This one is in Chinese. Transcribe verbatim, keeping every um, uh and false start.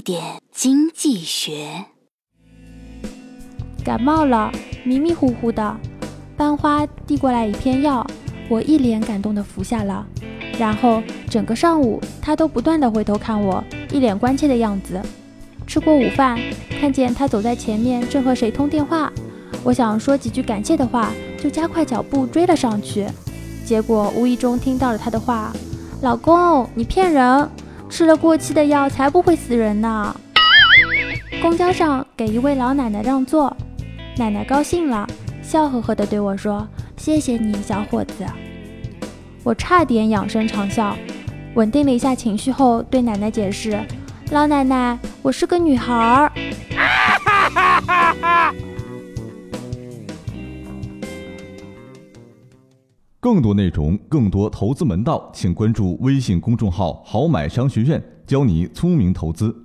点经济学。 感冒了，迷迷糊糊的，班花递过来一片药，我一脸感动地服下了。然后整个上午，他都不断地回头看我，一脸关切的样子。吃过午饭，看见他走在前面，正和谁通电话。我想说几句感谢的话，就加快脚步追了上去。结果无意中听到了他的话：“老公，你骗人，吃了过期的药才不会死人呢。”公交上给一位老奶奶让座，奶奶高兴了，笑呵呵地对我说：“谢谢你，小伙子。”我差点仰声长啸，稳定了一下情绪后，对奶奶解释：“老奶奶，我是个女孩。” 更多内容，更多投资门道，请关注微信公众号“好买商学院”，教你聪明投资。